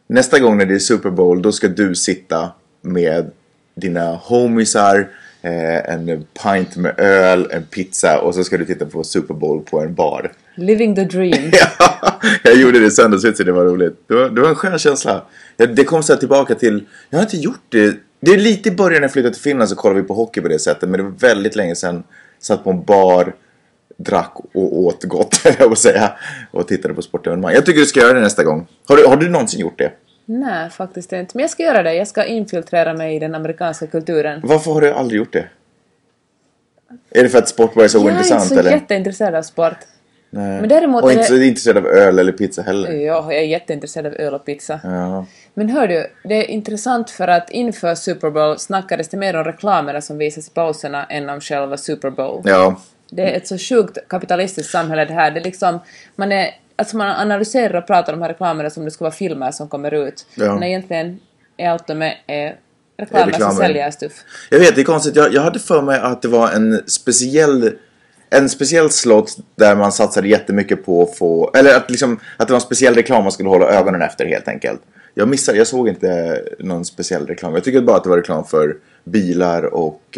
nästa gång när det är Super Bowl, då ska du sitta med dina homisar, en pint med öl, en pizza, och så ska du titta på Super Bowl på en bar. Living the dream. Ja, jag gjorde det söndagsut så det var roligt. Det var en skön känsla. Det kom så här tillbaka till, jag har inte gjort det. Det är lite i början när jag flyttade till Finland så kollade vi på hockey på det sättet. Men det var väldigt länge sedan. Satt på en bar, drack och åt gott, jag vill säga. Och tittade på sportevenemang. Jag tycker du ska göra det nästa gång. Har du någonsin gjort det? Nej, faktiskt inte. Men jag ska göra det. Jag ska infiltrera mig i den amerikanska kulturen. Varför har du aldrig gjort det? Är det för att sport var så ointressant? Jag är inte så eller? jätteintresserad av sport. Nej. Men däremot och inte så intresserad av öl eller pizza heller. Ja, jag är jätteintresserad av öl och pizza. Ja. Men hör du, det är intressant för att inför Super Bowl snackades det mer om reklamerna som visas i pauserna än om själva Super Bowl. Ja. Det är ett så sjukt kapitalistiskt samhälle det här. Det är liksom, man analyserar och pratar om de här reklamerna som det ska vara filmer som kommer ut. Ja. Men egentligen är allt de är reklamer som säljer stuff. Jag vet, det är konstigt. Jag hade för mig att det var en speciell slott där man satsade jättemycket på att få, eller att det var en speciell reklam man skulle hålla ögonen efter helt enkelt. Jag såg inte någon speciell reklam. Jag tycker bara att det var reklam för bilar och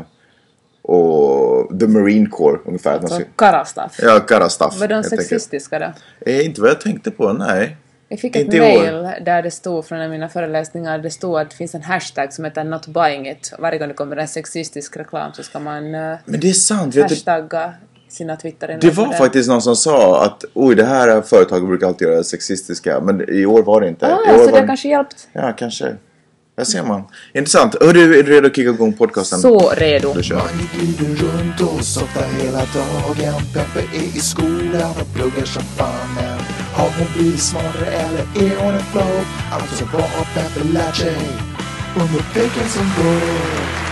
The Marine Corps ungefär. Alltså Karastaff. Ja, Karastaff. Var de sexistiska då? Inte vad jag tänkte på, nej. Jag fick ett mail där det stod från en av mina föreläsningar, det stod att det finns en hashtag som heter not buying it. Varje gång det kommer en sexistisk reklam så ska man men det är sant, hashtagga sina Twitter. Det var faktiskt någon som sa att det här företaget brukar alltid göra sexistiska, men i år var det inte. I år så det har kanske hjälpt. Ja, kanske. Där ser man. Intressant. Är du redo att kicka igång podcasten? Så redo. Då kör. Man glider runt och softar hela dagen. Peppe är i skolan och pluggar som fan. Men har hon blivit smartare eller är hon en flow? Alltså vad har Peppe lärt sig under veckan som gått?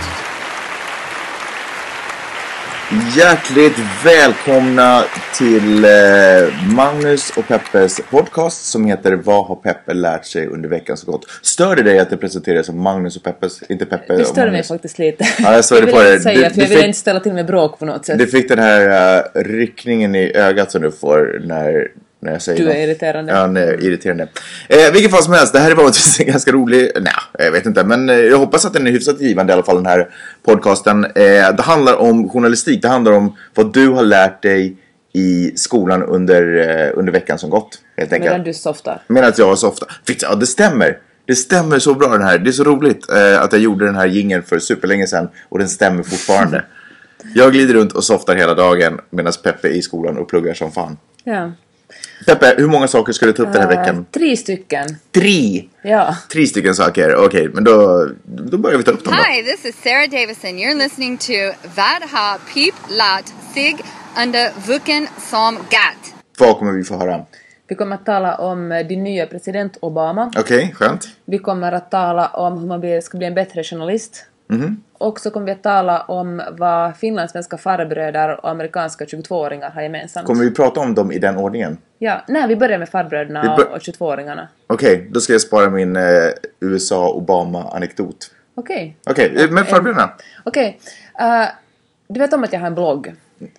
Hjärtligt välkomna till Magnus och Peppes podcast som heter Vad har Peppe lärt sig under veckan som gått? Stör det dig att det presenteras som Magnus och Peppes, inte Peppe Det och stör mig Magnus? faktiskt lite. Ja, jag vill inte säga att jag vill inte ställa till med bråk på något sätt. Du fick den här ryckningen i ögat som du får när jag säger du är irriterande. Ja, nej, irriterande. Vilken fall som helst, det här var en ganska rolig, jag vet inte, men jag hoppas att den är hyfsat givande i alla fall, den här podcasten. Det handlar om journalistik, det handlar om vad du har lärt dig i skolan under veckan som gått, helt enkelt. Medan du softar. Medan jag softar. Ja, det stämmer. Det stämmer så bra den här. Det är så roligt att jag gjorde den här jingeln för superlänge sedan och den stämmer fortfarande. Jag glider runt och softar hela dagen medan Peppe är i skolan och pluggar som fan. Ja. Peppe, hur många saker ska du ta upp den här veckan? 3 stycken. 3? Ja. 3 stycken saker, okej. Men då börjar vi ta upp dem då. Hi, this is Sarah Davison. You're listening to Vad har Pip lat sig under veckan som gått? Vad kommer vi få höra? Vi kommer att tala om din nya president Obama. Okej, skönt. Vi kommer att tala om hur man ska bli en bättre journalist. Och så kommer vi att tala om vad finlandssvenska farbröder och amerikanska 22-åringar har gemensamt. Kommer vi prata om dem i den ordningen? Ja, vi börjar med farbröderna och 22-åringarna. Okej, då ska jag spara min USA-Obama-anekdot. Okej, men farbröderna? Okej, du vet om att jag har en blogg.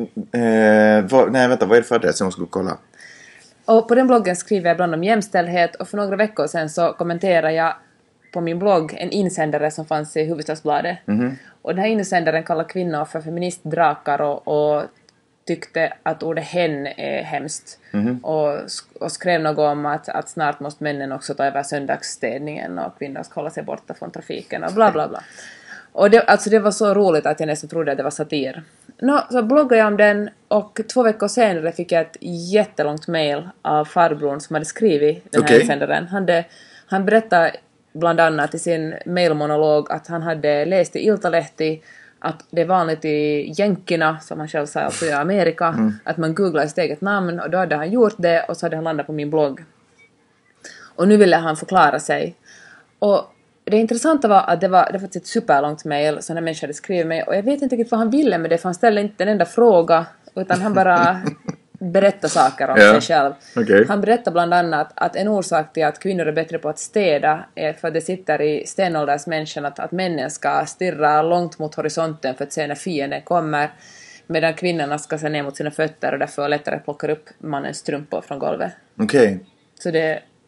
Nej, vänta, vad är det för adress? Jag måste gå och kolla. Och på den bloggen skriver jag ibland om jämställdhet. Och för några veckor sedan så kommenterade jag på min blogg en insändare som fanns i Hufvudstadsbladet. Och den här insändaren kallar kvinnor för feministdrakar och tyckte att ordet hen är hemskt. Och skrev något om att snart måste männen också ta över söndagsstädningen och kvinnor ska hålla sig borta från trafiken och bla bla bla. Och det var så roligt att jag nästan trodde att det var satir. Så bloggade jag om den och 2 veckor senare fick jag ett jättelångt mail av farbrorn som hade skrivit den här insändaren. Han berättade bland annat i sin mailmonolog att han hade läst i Iltalehti att det är vanligt i jänkerna, som han själv säger, alltså i Amerika, att man googlar sitt eget namn, och då hade han gjort det och så hade han landat på min blogg. Och nu ville han förklara sig. Och det intressanta var att det var faktiskt ett superlångt mail som en människa hade skrivit mig, och jag vet inte riktigt vad han ville med det, för han ställde inte en enda fråga, utan han bara berätta saker om sig själv. Okay. Han berättar bland annat att en orsak till att kvinnor är bättre på att städa är för att det sitter i stenålders människan att männen ska stirra långt mot horisonten för att se när fienden kommer, medan kvinnorna ska se ner mot sina fötter och därför lättare plockar upp mannens strumpor från golvet. Okej. Så det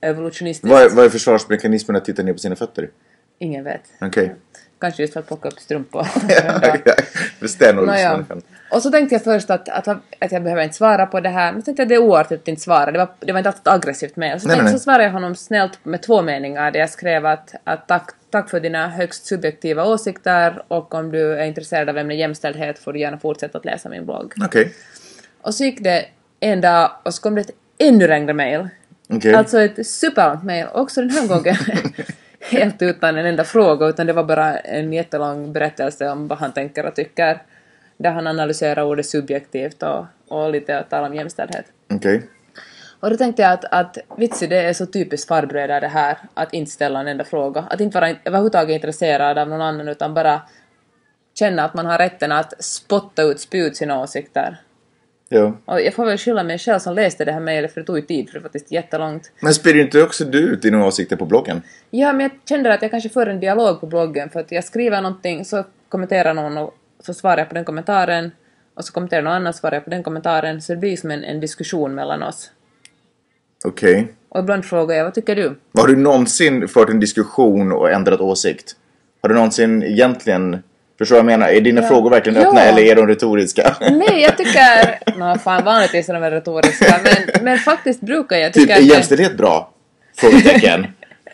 evolutionistiskt. Vad är försvarsmekanismen att titta ner på sina fötter? Ingen vet. Okej. Kanske just för att plocka upp strumpor. Bestämmer. Och så tänkte jag först att jag behöver inte svara på det här. Men så tänkte jag att det är oartigt att inte svara. Det var inte alltid aggressivt med. Och så svarade jag honom snällt med 2 meningar. Där jag skrev att tack för dina högst subjektiva åsikter. Och om du är intresserad av ämnet jämställdhet får du gärna fortsätta att läsa min blogg. Okej. Och så gick det en dag och så kom det ett ännu längre mejl. Okej. Alltså ett superlångt mejl. Också den här gången helt utan en enda fråga. Utan det var bara en jättelång berättelse om vad han tänker och tycker. Där han analyserar ordet subjektivt och lite att tala om jämställdhet. Okej. Och då tänkte jag att vitsi, det är så typiskt farbröder det här. Att inte ställa en enda fråga. Att inte vara överhuvudtaget intresserad av någon annan utan bara känna att man har rätten att spy ut sina åsikter. Ja. Och jag får väl skylla mig själv som läste det här mejlet för det tog ju tid för det var faktiskt jättelångt. Men sprider inte också du ut dina åsikter på bloggen? Ja, men jag kände att jag kanske för en dialog på bloggen för att jag skriver någonting så kommenterar någon och så svarar jag på den kommentaren och så kommenterar någon annan svarar jag på den kommentaren så det blir som en diskussion mellan oss. Okej. Och ibland frågar jag, vad tycker du? Har du någonsin fört en diskussion och ändrat åsikt? Har du någonsin egentligen... Förstår vad jag menar? Är dina frågor verkligen öppna eller är de retoriska? Nej, jag tycker... fan, vanligtvis är de retoriska. Men faktiskt brukar jag tycka... Typ, är jämställdhet bra? Frågetecken.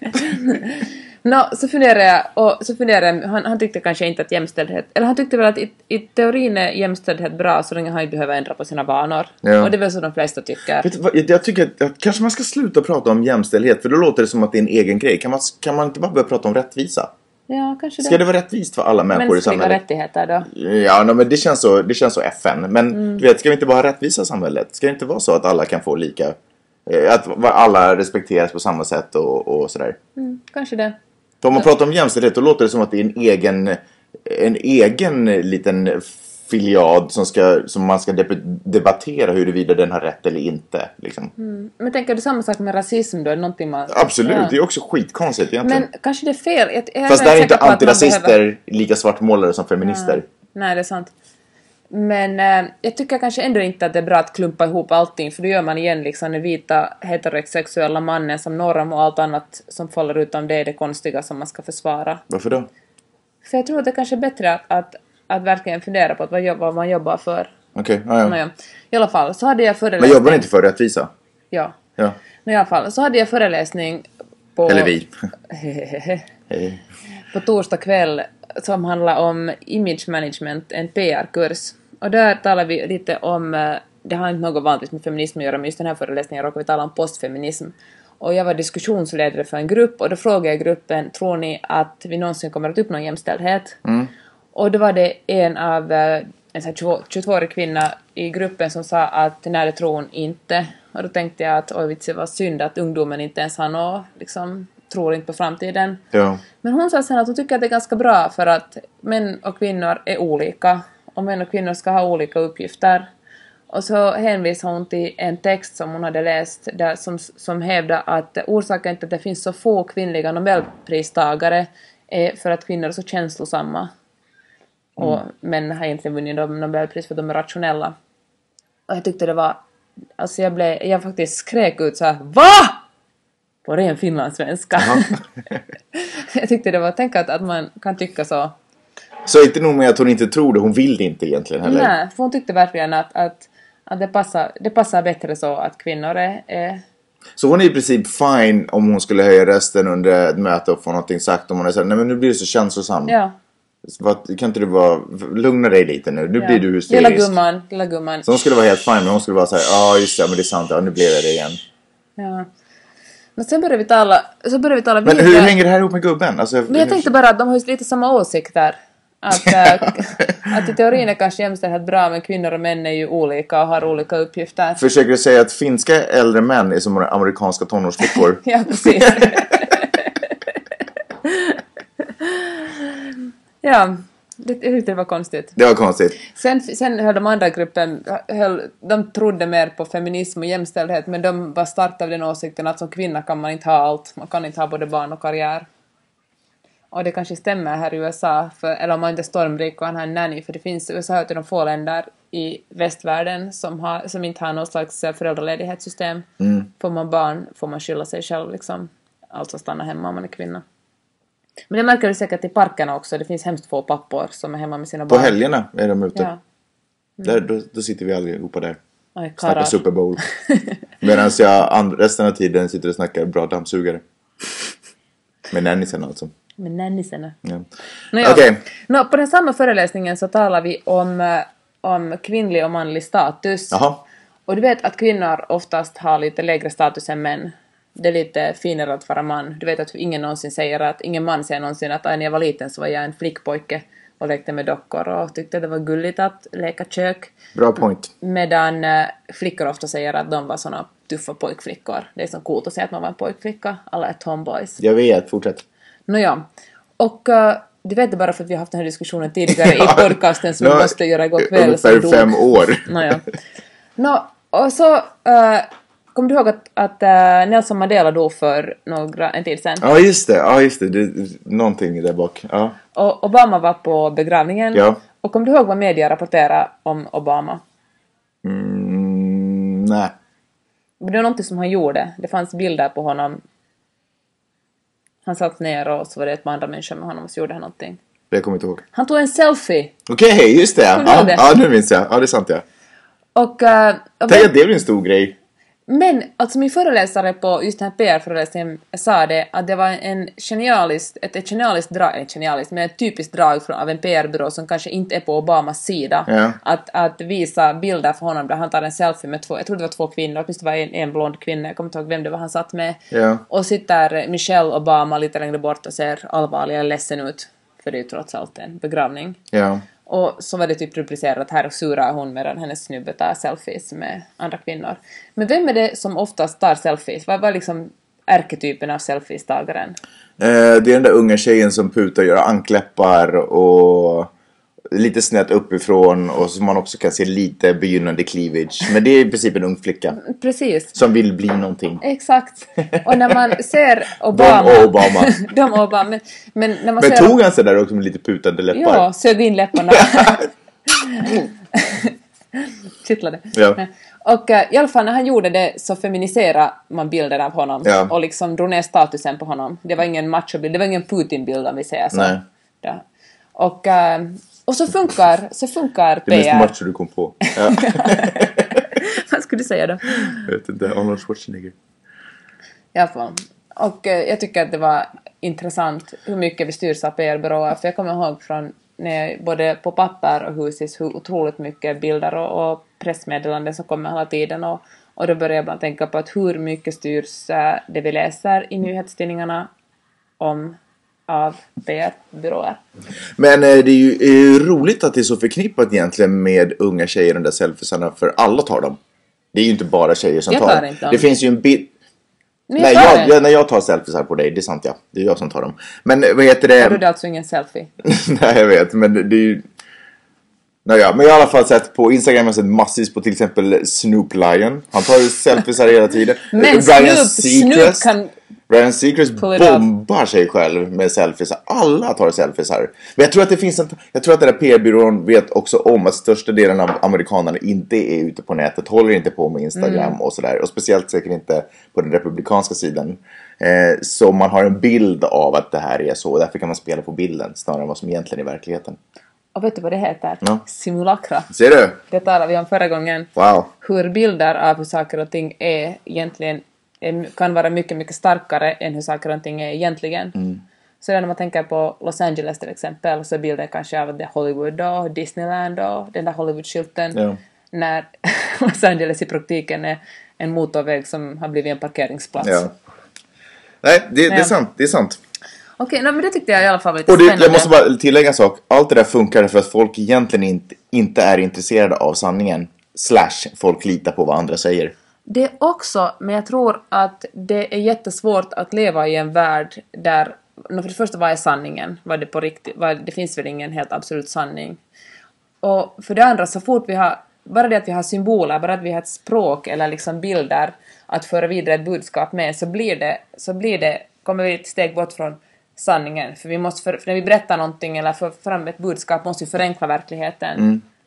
Så funderar jag, han tyckte kanske inte att jämställdhet... Eller han tyckte väl att i teorin är jämställdhet bra så länge han inte behöver ändra på sina vanor. Ja. Och det är väl så de flesta tycker. Vet du vad, jag tycker att kanske man ska sluta prata om jämställdhet för då låter det som att det är en egen grej. Kan man inte bara börja prata om rättvisa? Ja, kanske det. Ska det vara rättvist för alla människor i samhället? Mänskliga rättigheter då? Ja, men det känns så FN. Men du vet, ska vi inte bara ha rättvisa i samhället? Ska det inte vara så att alla kan få lika... Att alla respekteras på samma sätt och sådär? Kanske det. För om man pratar om jämställdhet då låter det som att det är en egen liten filiad som man ska debattera huruvida den har rätt eller inte. Liksom. Men tänker du samma sak med rasism då? Någonting man... Absolut, det är också skitkonstigt egentligen. Men kanske det är fel. Fast där är inte antirasister lika svartmålare som feminister. Nej, det är sant. Men jag tycker kanske ändå inte att det är bra att klumpa ihop allting. För då gör man igen liksom den vita heterosexuella mannen som norm och allt annat som faller utom det är det konstiga som man ska försvara. Varför då? För jag tror att det kanske är bättre att verkligen fundera på vad man jobbar för. Okej, ja. I alla fall, så hade jag föreläsning... Men jobbar inte för rättvisa? Ja. Ja. I alla fall, så hade jag föreläsning på... Eller vi. På torsdag kväll som handlar om image management, en PR-kurs. Och där talar vi lite om, det har inte något vanligt med feminism att göra, men just den här föreläsningen råkar vi tala om postfeminism. Och jag var diskussionsledare för en grupp och då frågade jag gruppen, tror ni att vi någonsin kommer att uppnå jämställdhet? Och då var det en 22-årig kvinna i gruppen som sa att nej, det tror hon inte. Och då tänkte jag att det var synd att ungdomen inte ens har något, liksom, tror inte på framtiden. Ja. Men hon sa sen att hon tycker att det är ganska bra för att män och kvinnor är olika. Och män och kvinnor ska ha olika uppgifter. Och så hänvisade hon till en text som hon hade läst där som hävdar att orsaken till att det finns så få kvinnliga nobelpristagare är för att kvinnor är så känslosamma. Och män har egentligen vunnit nobelpris för att de är rationella. Och jag tyckte det var... Alltså jag faktiskt skrek ut så här: VA? På ren finlandssvenska. Jag tyckte det var... Tänk att man kan tycka så. Så inte nog med att hon inte tror det, hon vill det inte egentligen heller. Nej, för hon tyckte verkligen att det passar bättre så att kvinnor är... Så hon är i princip fine om hon skulle höja rösten under ett möte och få någonting sagt. Om hon är så här, nej men nu blir det så känslosam. Ja. Kan inte du bara lugna dig lite nu? Nu blir du hysterisk. Lilla gumman. Så hon skulle vara helt fine, men hon skulle vara så här, ja just det, men det är sant, ja nu blev det igen. Ja. Men sen började vi tala Men vidare. hur hänger det här ihop med gubben? Alltså, Men jag tänkte bara att de har ju lite samma åsikter. Att i teorin är kanske jämställdhet bra, men kvinnor och män är ju olika och har olika uppgifter. Försöker du säga att finska äldre män är som amerikanska tonårsflickor? Ja, precis. Ja, det var konstigt. Det var konstigt. Sen höll de andra gruppen, de trodde mer på feminism och jämställdhet, men de var starta av den åsikten att som kvinna kan man inte ha allt. Man kan inte ha både barn och karriär. Och det kanske stämmer här i USA, eller om man inte är stormrik och han har en nanny, för det finns USA till de få länder i västvärlden som inte har någon slags föräldraledighetssystem. Får man barn får man skylla sig själv liksom. Alltså stanna hemma om man är kvinna. Men det märker du säkert i parkerna också. Det finns hemskt få pappor som är hemma med sina barn. På helgerna är de ute. Ja. Då sitter vi allihopa där. Oj, Snackar Super Bowl. Medan resten av tiden sitter och snackar bra dammsugare. Med nannisen alltså. Med nannisarna. Ja. Okej. På den samma föreläsningen så talar vi om kvinnlig och manlig status. Jaha. Och du vet att kvinnor oftast har lite lägre status än män. Det är lite finare att vara man. Du vet att ingen någonsin säger att, ingen man säger någonsin att när jag var liten så var jag en flickpojke och lekte med dockor och tyckte det var gulligt att leka kök. Bra point. Medan flickor ofta säger att de var såna tuffa pojkflickor. Det är så coolt att säga att man var en pojkflicka. Alla är tomboys. Jag vet, fortsätt. Nåja. Och du vet det bara för att vi har haft den här diskussionen tidigare i podcasten som vi måste göra igår kväll. Ungefär 5 år. Nåja. Och så kom du ihåg att Nelson Mandela dog för en tid sedan? Ja, just det. Det är någonting där bak. Ja. Och Obama var på begravningen. Ja. Och kom du ihåg vad media rapporterade om Obama? Nej. Det var någonting som han gjorde. Det fanns bilder på honom. Han satt ner och så var det ett par andra människor med honom och så gjorde han någonting. Det kommer inte ihåg. Han tog en selfie. Okej, just det. Ja, nu minns jag. Ja, det är sant, ja. Och tänk att det blir en stor grej. Men alltså min föreläsare på just den här PR-föreläsningen sa det att det var ett typiskt drag av en PR-byrå som kanske inte är på Obamas sida. Ja. Att visa bilder för honom där han tar en selfie med jag tror det var 2 kvinnor, åtminstone var en blond kvinna, jag kommer inte ihåg vem det var han satt med. Ja. Och sitter Michelle Obama lite längre bort och ser allvarlig och ledsen ut, för det är ju trots allt en begravning. Ja. Och så var det typ rubricerat här och surar hon medan hennes snubbe tar selfies med andra kvinnor. Men vem är det som oftast tar selfies? Vad är liksom ärketypen av selfies-tagaren? Det är den där unga tjejen som putar och gör ankläppar och lite snett uppifrån och som man också kan se lite begynnande cleavage. Men det är i princip en ung flicka. Precis. Som vill bli någonting. Exakt. Och när man ser Obama... De Obama. Men när man ser... tog han sig där också med lite putande läppar? Ja, sög in läpparna. Kittlade. Ja. Och i alla fall när han gjorde det så feminiserade man bilden av honom. Ja. Och liksom drog ner statusen på honom. Det var ingen machobild, det var ingen Putin-bild om vi säger så. Nej. Ja. Och så funkar PR. Det är mest macho du kom på. Ja. Vad skulle du säga då? Jag vet inte, Arnold Schwarzenegger. I alla fall. Och jag tycker att det var intressant hur mycket vi styrs av PR-byråer. För jag kommer ihåg från när både på papper och husis hur otroligt mycket bilder och pressmeddelanden som kommer hela tiden. Och då börjar jag ibland tänka på att hur mycket styrs det vi läser i nyhetstidningarna av PR-byråer. Men det är ju roligt att det är så förknippat egentligen med unga tjejer, de där selfiesarna, för alla tar dem. Det är ju inte bara tjejer som tar dem. Det finns ju en bild. Nej, när jag tar selfies här på dig, det är sant, ja. Det är jag som tar dem. Men vad heter det? Har du alltså ingen selfie? Nej, jag vet, men det är ju... Naja, men jag har i alla fall sett på Instagram, jag har sett massvis på till exempel Snoop Lion. Han tar ju selfies här hela tiden. Men Snoop kan... Ryan Seacrest bombar sig själv med selfies. Alla tar selfies här. Men jag tror att det finns jag tror att den där PR-byrån vet också om att största delen av amerikanerna inte är ute på nätet. Håller inte på med Instagram och sådär. Och speciellt säkert inte på den republikanska sidan. Så man har en bild av att det här är så. Därför kan man spela på bilden snarare än vad som egentligen är verkligheten. Och vet du vad det heter? No. Simulakra. Ser du? Det talade vi om förra gången. Wow. Hur bilder av hur saker och ting är egentligen kan vara mycket, mycket starkare än hur saker och ting är egentligen. Så när man tänker på Los Angeles till exempel så är bilden kanske av Hollywood och Disneyland och den där Hollywood-skylten. Ja. När Los Angeles i praktiken är en motorväg som har blivit en parkeringsplats. Ja. Nej, det är sant. Det är sant. Okej, men det tyckte jag i alla fall var lite spännande. Jag måste bara tillägga en sak. Allt det där funkar för att folk egentligen inte är intresserade av sanningen. / folk litar på vad andra säger. Det också, men jag tror att det är jättesvårt att leva i en värld där, för det första, vad är sanningen? Vad är det på riktigt? Det finns väl ingen helt absolut sanning. Och för det andra, så fort vi har, bara det att vi har symboler, bara att vi har ett språk eller liksom bilder att föra vidare ett budskap med, så kommer vi ett steg bort från sanningen. För vi måste, för när vi berättar någonting eller för fram ett budskap måste vi förenkla verkligheten.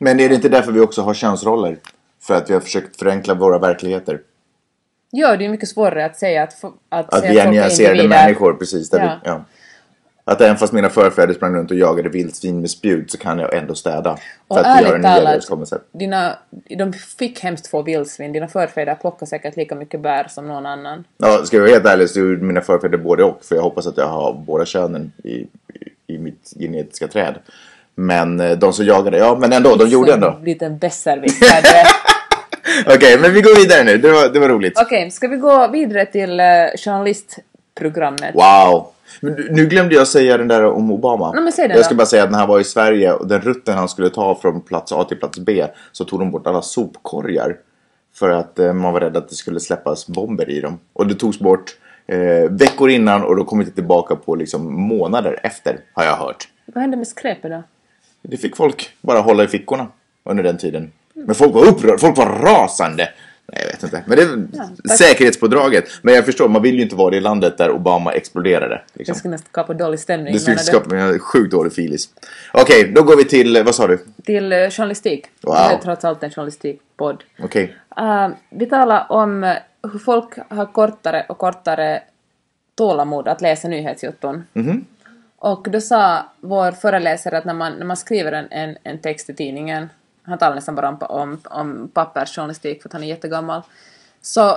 Men är det inte därför vi också har könsroller? För att vi har försökt förenkla våra verkligheter. Ja, det är mycket svårare att säga att vi är nyanserade människor, precis. Där vi, Att även fast mina förfäder sprang runt och jagade vildsvin med spjut så kan jag ändå städa. Och för att ärligt talat, de fick hemskt få vildsvin. Dina förfäder plockar säkert lika mycket bär som någon annan. Ja, ska jag vara helt ärlig så är mina förfäder både och. För jag hoppas att jag har båda könen i mitt genetiska träd. Men de som jagade, men ändå, de gjorde ändå. En liten besserwissare. Okej, men vi går vidare nu. Det var roligt. Okej, ska vi gå vidare till journalistprogrammet? Wow. Men nu glömde jag säga den där om Obama. Nej, men säg det jag ska då. bara säga att när han var i Sverige och den rutten han skulle ta från plats A till plats B så tog de bort alla sopkorgar. För att man var rädd att det skulle släppas bomber i dem. Och det togs bort veckor innan och då kom det tillbaka på liksom månader efter, har jag hört. Vad hände med skräpet då? Det fick folk bara hålla i fickorna under den tiden. Men folk var upprörda, folk var rasande. Nej, jag vet inte. Men det är säkerhetspådraget. Men jag förstår, man vill ju inte vara i landet där Obama exploderade. Liksom. Det skulle nästan skapa dålig stämning. Det skulle skapa en sjukt dålig filis. Okej, då går vi till, vad sa du? Till journalistik. Wow. Det är trots allt en journalistikpodd. Okej. Vi talar om hur folk har kortare och kortare tålamod att läsa nyhetsjutton. Mhm. Och då sa vår föreläsare att när man skriver en text i tidningen, han talar nästan bara om pappersjournalistik för att han är jättegammal, så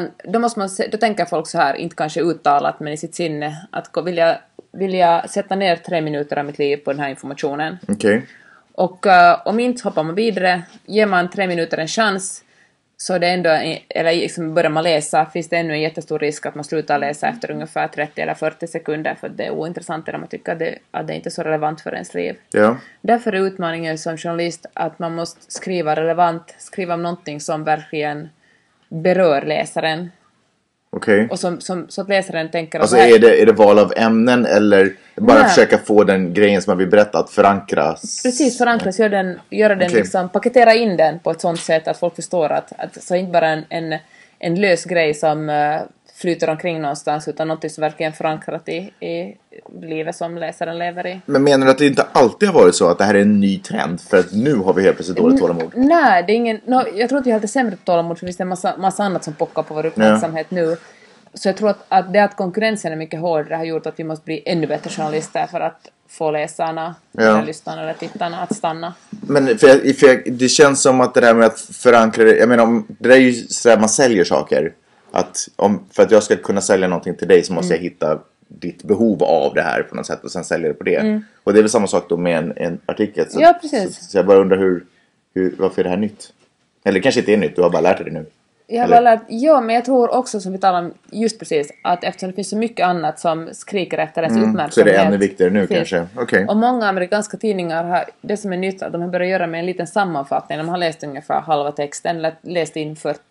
då tänker folk så här, inte kanske uttalat men i sitt sinne, att vill jag sätta ner 3 minuter av mitt liv på den här informationen. Okej. Och om inte hoppar man vidare, ger man 3 minuter en chans, så det är ändå, eller liksom börjar man läsa, finns det ännu en jättestor risk att man slutar läsa efter ungefär 30 eller 40 sekunder för att det är ointressant eller man tycker att det inte är så relevant för ens liv. Ja. Därför är utmaningen som journalist att man måste skriva relevant, skriva om någonting som verkligen berör läsaren. Okej. Och så att läsaren tänker... Alltså att är det val av ämnen eller bara försöka få den grejen som man vill berätta att förankras? Precis, förankras, göra den liksom, paketera in den på ett sånt sätt att folk förstår att så inte bara en lös grej som flyter omkring någonstans, utan något som verkligen förankrat i livet som läsaren lever i. Men menar du att det inte alltid har varit så att det här är en ny trend för att nu har vi helt plötsligt dåligt tålamod? Nej, det är ingen... jag tror inte jag hade sämre tålamod, för det finns en massa annat som pockar på vår uppmärksamhet nu. Så jag tror att det att konkurrensen är mycket hårdare har gjort att vi måste bli ännu bättre journalister för att få läsarna, eller lyssnarna eller tittarna att stanna. Men för det känns som att det där med att förankra det, jag menar, det där är ju så här man säljer saker. För att jag ska kunna sälja någonting till dig så måste jag hitta ditt behov av det här på något sätt och sen sälja det på det. Och det är väl samma sak då med en artikel. Så, ja, precis. Så jag bara undrar varför är det här nytt? Eller kanske inte är nytt, du har bara lärt dig det nu. Jag har bara lärt, men jag tror också, som vi talar om just precis, att eftersom det finns så mycket annat som skriker efter ens uppmärksamhet. Så är det ännu viktigare nu kanske. Okay. Och många amerikanska tidningar har, det som är nytt, att de har börjat göra med en liten sammanfattning. De har läst ungefär halva texten, eller läst in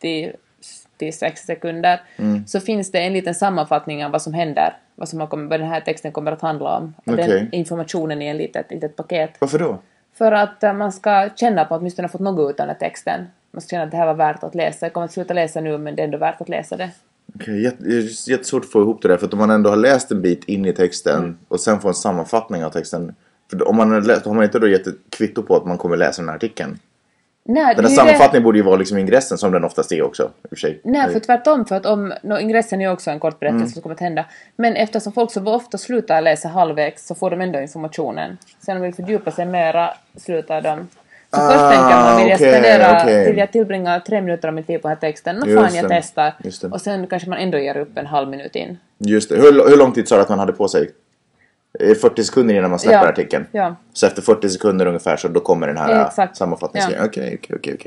40-60 sekunder. Så finns det en liten sammanfattning av vad som händer. Vad den här texten kommer att handla om. Okay. Den informationen i en litet paket. Varför då? För att man ska känna på att åtminstone fått något ut av den här texten. Man ska känna att det här var värt att läsa. Jag kommer att sluta läsa nu, men det är ändå värt att läsa det. Okej, jättesvårt att få ihop det där. För att om man ändå har läst en bit in i texten och sen får en sammanfattning av texten. För om man har läst, har man inte då gett ett kvitto på att man kommer läsa den här artikeln. Nej, den här sammanfattningen borde ju vara liksom ingressen som den oftast är också. I och för sig. Nej, för tvärtom. För att ingressen är också en kort berättelse som kommer att hända. Men eftersom folk så ofta slutar läsa halvvägs så får de ändå informationen. Sen om de vill fördjupa sig mera slutar de. Så först tänker man, vill jag tillbringa 3 minuter av mitt liv på den här texten. Nå fan, jag testar. Och sen kanske man ändå ger upp en halv minut in. Just det. Hur lång tid sa du att man hade på sig? 40 sekunder innan man släpper artikeln. Ja. Så efter 40 sekunder ungefär så då kommer den här sammanfattningen. Okej.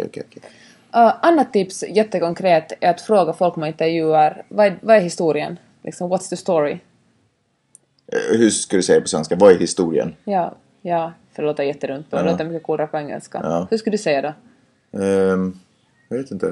Annat tips, jättekonkret, är att fråga folk man intervjuar. Vad är historien? Liksom, what's the story? Hur ska du säga på svenska? Vad är historien? Ja, för det låter jätterunt. Det låter mycket coolare på engelska. Ja. Hur skulle du säga då? Jag vet inte.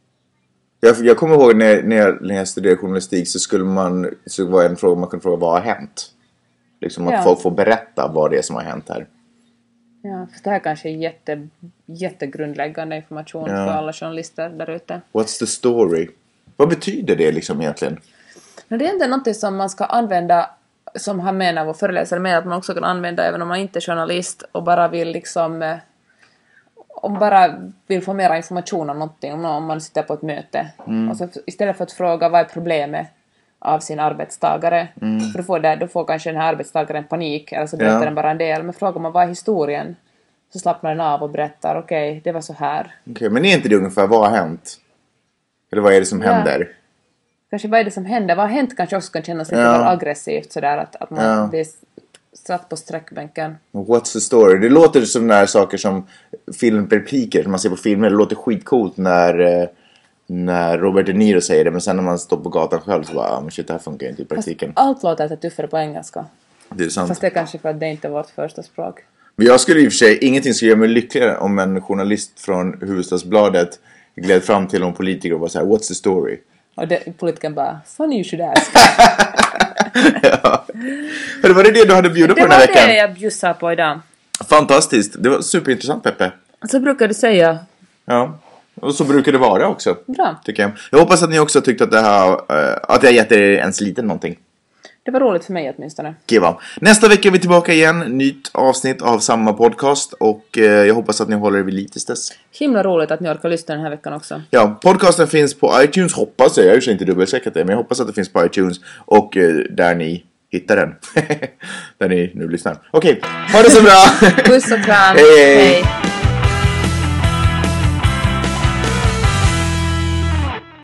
Jag kommer ihåg när jag studerade journalistik så var en fråga man kunde fråga vad har hänt? Liksom att folk får berätta vad det är som har hänt här. Ja, för det här kanske är jättegrundläggande information för alla journalister där ute. What's the story? Vad betyder det liksom egentligen? Det är inte något som man ska använda, som han menar, vår föreläsare med att man också kan använda även om man inte är journalist och bara vill liksom om bara vill få mer information om någonting, om man sitter på ett möte. Och så istället för att fråga vad är problemet av sin arbetstagare. För då får kanske den här arbetstagaren panik, eller så berättar den bara en del. Men frågar man vad är historien, så slappnar den av och berättar okej, det var så här. Okej, men är inte det ungefär vad har hänt? Eller vad är det som händer? Kanske vad är det som händer? Vad har hänt kanske också kan kännas lite mer aggressivt sådär att man blir satt på sträckbänken. What's the story? Det låter som där saker som filmrepliker som man ser på filmer. Det låter skitcoolt när Robert De Niro säger det, men sen när man står på gatan själv så bara, men shit, det här funkar inte i praktiken. Fast allt låter lite tuffare på engelska. Det är sant. Fast det är kanske för att det inte är vårt första språk. Men jag skulle i och för sig, ingenting skulle göra mig lyckligare om en journalist från Hufvudstadsbladet gled fram till en politiker och var så här, what's the story? Och politikern bara, funny you should ask. Ja. Men var det du hade bjudit på den här veckan? Det var det jag bjussade på idag. Fantastiskt, det var superintressant, Peppe. Så brukar du säga. Ja, och så brukar det vara också. Bra. Tycker jag. Jag hoppas att ni också tyckte att det här, att jag gett er ens lite någonting. Det var roligt för mig åtminstone. Kiva. Nästa vecka är vi tillbaka igen. Nytt avsnitt av samma podcast. Och jag hoppas att ni håller er vid lite dess. Himla roligt att ni orkar lyssna den här veckan också. Ja, podcasten finns på iTunes, hoppas jag. Jag har ju inte dubbelcheckat det, men jag hoppas att det finns på iTunes. Och där ni hittar den. Där ni nu lyssnar. Okej, ha det så bra! Puss och kram. Hej, hej. Hej.